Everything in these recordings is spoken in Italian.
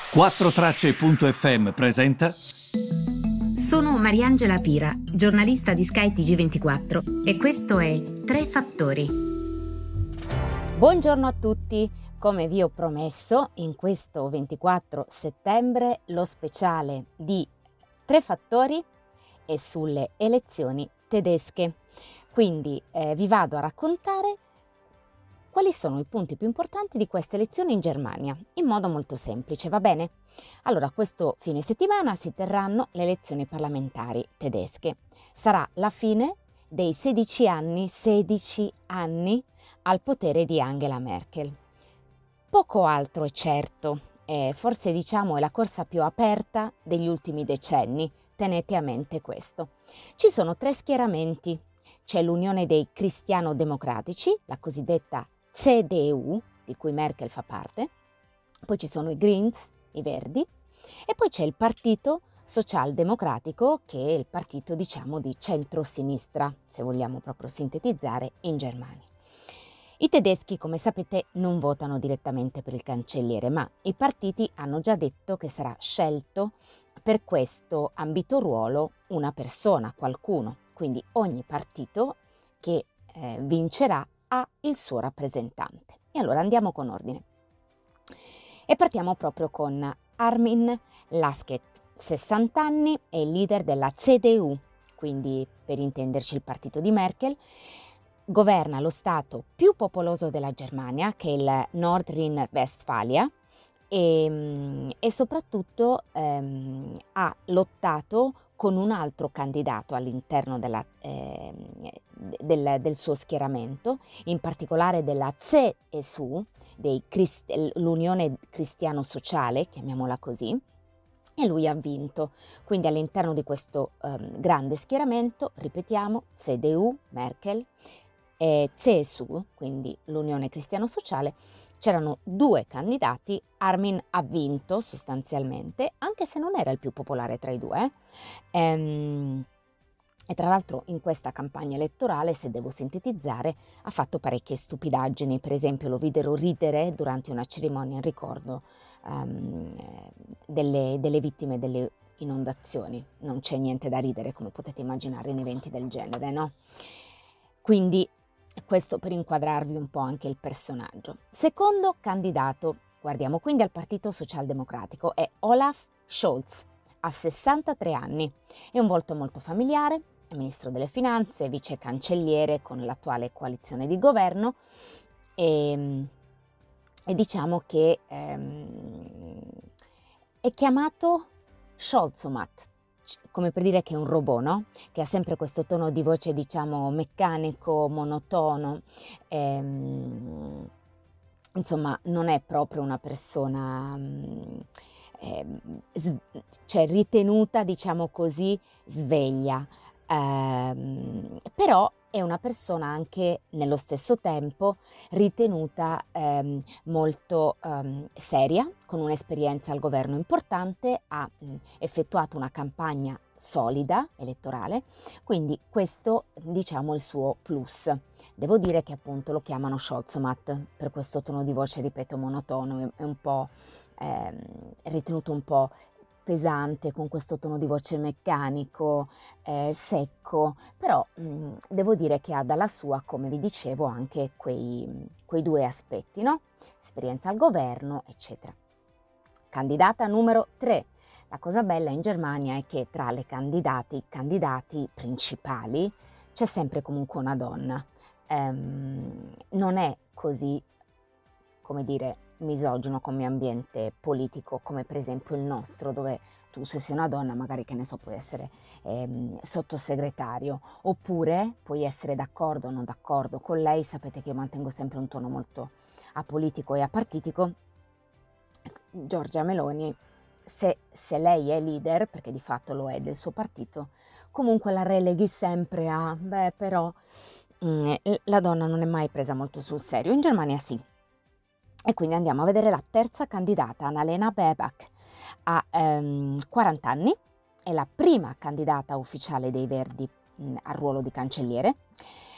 4Tracce.fm presenta. Sono Mariangela Pira, giornalista di Sky TG24 e questo è Tre Fattori. Buongiorno a tutti, come vi ho promesso in questo 24 settembre lo speciale di Tre Fattori è sulle elezioni tedesche. Quindi vi vado a raccontare quali sono i punti più importanti di queste elezioni in Germania, in modo molto semplice, va bene? Allora, questo fine settimana si terranno le elezioni parlamentari tedesche. Sarà la fine dei 16 anni al potere di Angela Merkel. Poco altro è certo, forse diciamo è la corsa più aperta degli ultimi decenni, tenete a mente questo. Ci sono tre schieramenti, c'è l'Unione dei Cristiano-Democratici, la cosiddetta CDU, di cui Merkel fa parte, poi ci sono i Greens, i Verdi, e poi c'è il Partito Socialdemocratico, che è il partito diciamo di centro-sinistra, se vogliamo proprio sintetizzare, in Germania. I tedeschi, come sapete, non votano direttamente per il cancelliere, ma i partiti hanno già detto che sarà scelto per questo ambito ruolo una persona, qualcuno, quindi ogni partito che vincerà ha il suo rappresentante. E allora andiamo con ordine. E partiamo proprio con Armin Laschet, 60 anni, è il leader della CDU, quindi per intenderci il partito di Merkel. Governa lo stato più popoloso della Germania, che è il Nordrhein-Westfalia, e soprattutto ha lottato con un altro candidato all'interno del suo schieramento, in particolare della CSU, l'Unione Cristiano Sociale, chiamiamola così, e lui ha vinto. Quindi all'interno di questo grande schieramento, ripetiamo, CDU, Merkel, e CSU, quindi l'Unione Cristiano Sociale, c'erano due candidati. Armin ha vinto sostanzialmente, anche se non era il più popolare tra i due. E tra l'altro in questa campagna elettorale, se devo sintetizzare, ha fatto parecchie stupidaggini. Per esempio lo videro ridere durante una cerimonia in ricordo delle vittime delle inondazioni. Non c'è niente da ridere, come potete immaginare, in eventi del genere, no? Quindi questo per inquadrarvi un po' anche il personaggio. Secondo candidato, guardiamo quindi al Partito Socialdemocratico, è Olaf Scholz, ha 63 anni, è un volto molto familiare, è ministro delle finanze, vice cancelliere con l'attuale coalizione di governo e diciamo che è chiamato Scholzomat, come per dire che è un robot, no? Che ha sempre questo tono di voce, diciamo, meccanico, monotono. Insomma, non è proprio una persona, cioè ritenuta, diciamo così, sveglia. Però è una persona anche nello stesso tempo ritenuta molto seria, con un'esperienza al governo importante, ha effettuato una campagna solida elettorale, quindi questo diciamo è il suo plus. Devo dire che appunto lo chiamano Scholzomat per questo tono di voce, ripeto, monotono, è un po' ritenuto un po' pesante, con questo tono di voce meccanico, secco, però devo dire che ha dalla sua, come vi dicevo, anche quei due aspetti, no? Esperienza al governo, eccetera. Candidata numero 3. La cosa bella in Germania è che tra i candidati principali c'è sempre comunque una donna. Non è così, come dire, misogino come ambiente politico, come per esempio il nostro, dove tu se sei una donna magari, che ne so, puoi essere sottosegretario, oppure puoi essere d'accordo o non d'accordo con lei. Sapete che io mantengo sempre un tono molto apolitico e apartitico. Giorgia Meloni, se lei è leader, perché di fatto lo è, del suo partito, comunque la releghi sempre a, però la donna non è mai presa molto sul serio. In Germania sì. E quindi andiamo a vedere la terza candidata, Annalena Baerbock, ha 40 anni, è la prima candidata ufficiale dei Verdi al ruolo di cancelliere.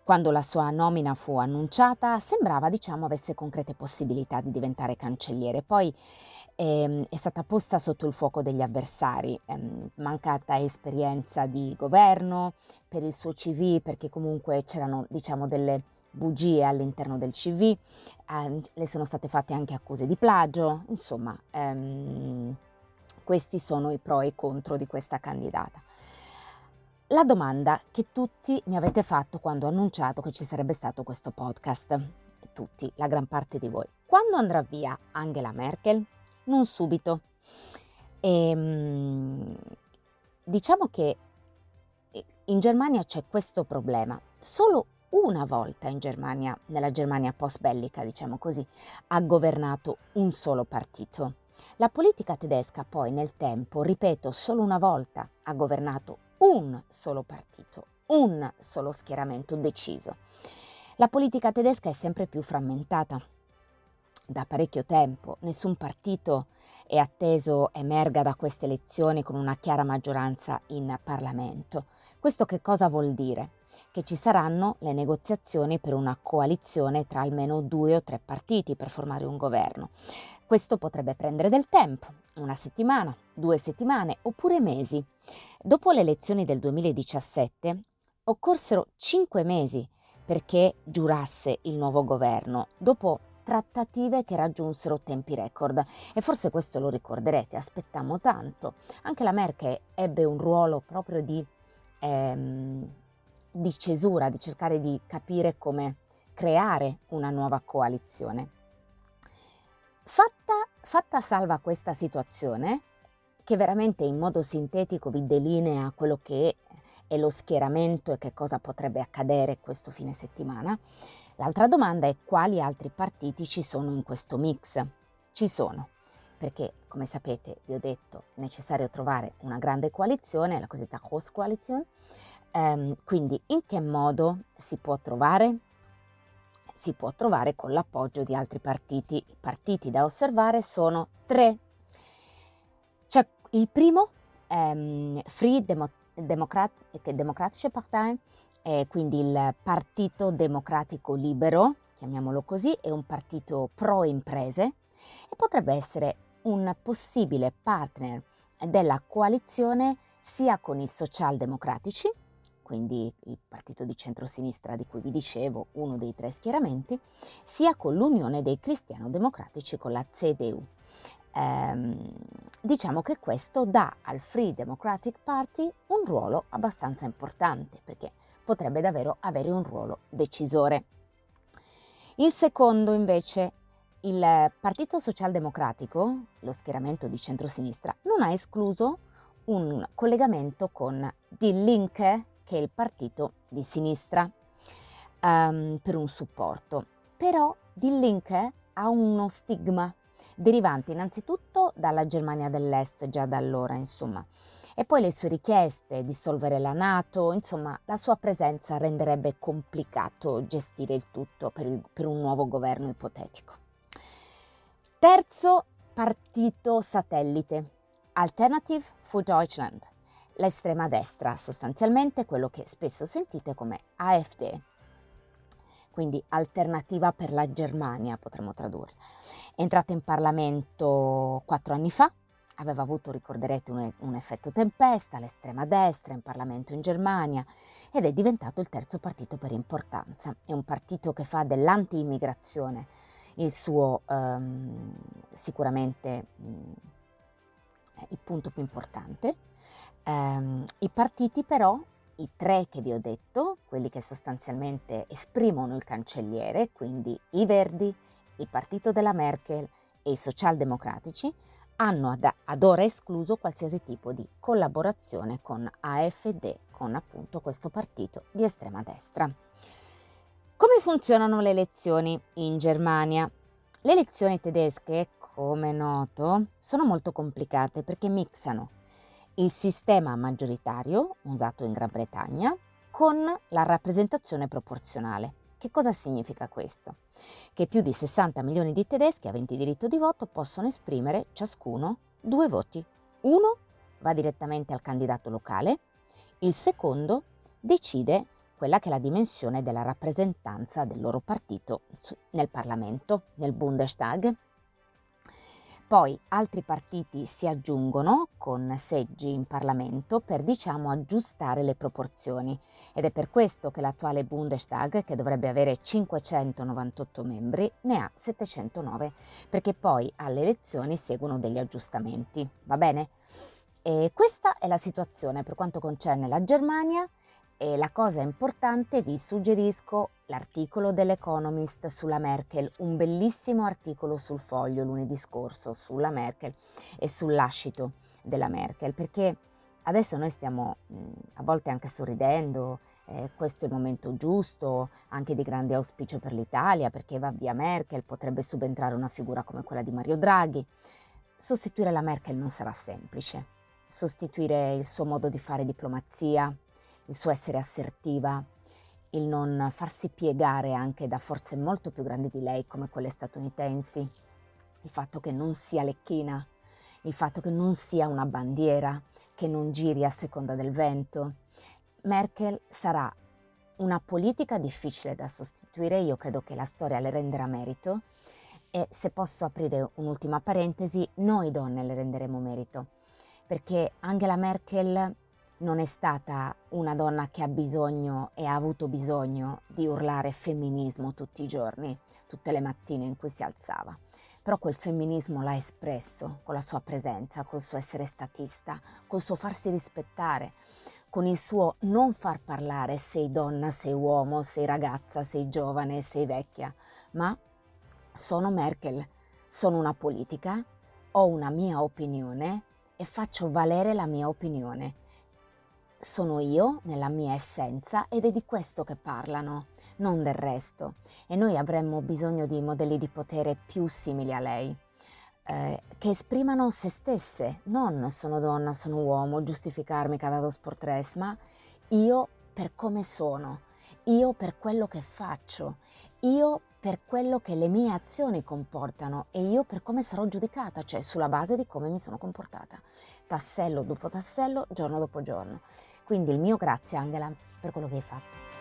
Quando la sua nomina fu annunciata, sembrava, avesse concrete possibilità di diventare cancelliere. Poi è stata posta sotto il fuoco degli avversari, mancata esperienza di governo, per il suo CV, perché comunque c'erano, delle bugie all'interno del CV, le sono state fatte anche accuse di plagio, insomma, questi sono i pro e i contro di questa candidata. La domanda che tutti mi avete fatto quando ho annunciato che ci sarebbe stato questo podcast, tutti, la gran parte di voi: quando andrà via Angela Merkel? Non subito. Diciamo che in Germania c'è questo problema. Solo una volta in Germania, nella Germania post bellica, diciamo così, ha governato un solo partito. La politica tedesca poi nel tempo, ripeto, solo una volta ha governato un solo partito, un solo schieramento deciso. La politica tedesca è sempre più frammentata da parecchio tempo, nessun partito è atteso emerga da queste elezioni con una chiara maggioranza in Parlamento. Questo che cosa vuol dire? Che ci saranno le negoziazioni per una coalizione tra almeno 2 o 3 partiti per formare un governo. Questo potrebbe prendere del tempo, 1 settimana, 2 settimane oppure mesi. Dopo le elezioni del 2017 occorsero 5 mesi perché giurasse il nuovo governo, dopo trattative che raggiunsero tempi record, e forse questo lo ricorderete, aspettammo tanto. Anche la Merkel ebbe un ruolo proprio di cesura, di cercare di capire come creare una nuova coalizione. Fatta salva questa situazione, che veramente in modo sintetico vi delinea quello che è lo schieramento e che cosa potrebbe accadere questo fine settimana, l'altra domanda è: quali altri partiti ci sono in questo mix? Ci sono, perché come sapete, vi ho detto, è necessario trovare una grande coalizione, la cosiddetta Großkoalition. Quindi in che modo si può trovare? Si può trovare con l'appoggio di altri partiti. I partiti da osservare sono 3. C'è il primo, Free Democratische Partei, quindi il Partito Democratico Libero, chiamiamolo così, è un partito pro imprese e potrebbe essere un possibile partner della coalizione sia con i socialdemocratici, quindi il partito di centrosinistra di cui vi dicevo, uno dei 3 schieramenti, sia con l'Unione dei Cristiano-Democratici, con la CDU. Diciamo che questo dà al Free Democratic Party un ruolo abbastanza importante, perché potrebbe davvero avere un ruolo decisore. Il secondo invece, il Partito Socialdemocratico, lo schieramento di centrosinistra, non ha escluso un collegamento con Die Linke, che è il partito di sinistra, per un supporto. Però Die Linke ha uno stigma derivante innanzitutto dalla Germania dell'Est, già da allora, insomma, e poi le sue richieste di dissolvere la NATO, insomma, la sua presenza renderebbe complicato gestire il tutto per un nuovo governo ipotetico. Terzo partito satellite, Alternative für Deutschland, l'estrema destra, sostanzialmente quello che spesso sentite come AfD, quindi Alternativa per la Germania potremmo tradurre. È entrata in Parlamento 4 anni fa, aveva avuto, ricorderete, un effetto tempesta, l'estrema destra in Parlamento in Germania, ed è diventato il terzo partito per importanza. È un partito che fa dell'anti-immigrazione il suo sicuramente il punto più importante. I partiti però, i 3 che vi ho detto, quelli che sostanzialmente esprimono il cancelliere, quindi i Verdi, il partito della Merkel e i socialdemocratici, hanno ad ora escluso qualsiasi tipo di collaborazione con AfD, con appunto questo partito di estrema destra. Come funzionano le elezioni in Germania? Le elezioni tedesche, come noto, sono molto complicate perché mixano il sistema maggioritario usato in Gran Bretagna con la rappresentazione proporzionale. Che cosa significa questo? Che più di 60 milioni di tedeschi aventi diritto di voto possono esprimere ciascuno 2 voti. Uno va direttamente al candidato locale, il secondo decide quella che è la dimensione della rappresentanza del loro partito nel Parlamento, nel Bundestag. Poi altri partiti si aggiungono con seggi in Parlamento per, diciamo, aggiustare le proporzioni, ed è per questo che l'attuale Bundestag, che dovrebbe avere 598 membri, ne ha 709, perché poi alle elezioni seguono degli aggiustamenti, va bene? E questa è la situazione per quanto concerne la Germania. E la cosa importante, vi suggerisco l'articolo dell'Economist sulla Merkel, un bellissimo articolo sul Foglio lunedì scorso sulla Merkel e sul lascito della Merkel, perché adesso noi stiamo a volte anche sorridendo, questo è il momento giusto, anche di grande auspicio per l'Italia, perché va via Merkel, potrebbe subentrare una figura come quella di Mario Draghi. Sostituire la Merkel non sarà semplice, sostituire il suo modo di fare diplomazia, il suo essere assertiva, il non farsi piegare anche da forze molto più grandi di lei come quelle statunitensi, il fatto che non sia lecchina, il fatto che non sia una bandiera, che non giri a seconda del vento. Merkel sarà una politica difficile da sostituire, io credo che la storia le renderà merito, e se posso aprire un'ultima parentesi, noi donne le renderemo merito, perché Angela Merkel non è stata una donna che ha bisogno e ha avuto bisogno di urlare femminismo tutti i giorni, tutte le mattine in cui si alzava. Però quel femminismo l'ha espresso con la sua presenza, col suo essere statista, col suo farsi rispettare, con il suo non far parlare sei donna, sei uomo, sei ragazza, sei giovane, sei vecchia, ma sono Merkel, sono una politica, ho una mia opinione e faccio valere la mia opinione. Sono io nella mia essenza ed è di questo che parlano, non del resto. E noi avremmo bisogno di modelli di potere più simili a lei, che esprimano se stesse, non sono donna, sono uomo, giustificarmi cada dos por tres, ma io per come sono, io per quello che faccio, io per quello che le mie azioni comportano e io per come sarò giudicata, cioè sulla base di come mi sono comportata, tassello dopo tassello, giorno dopo giorno. Quindi il mio grazie Angela per quello che hai fatto.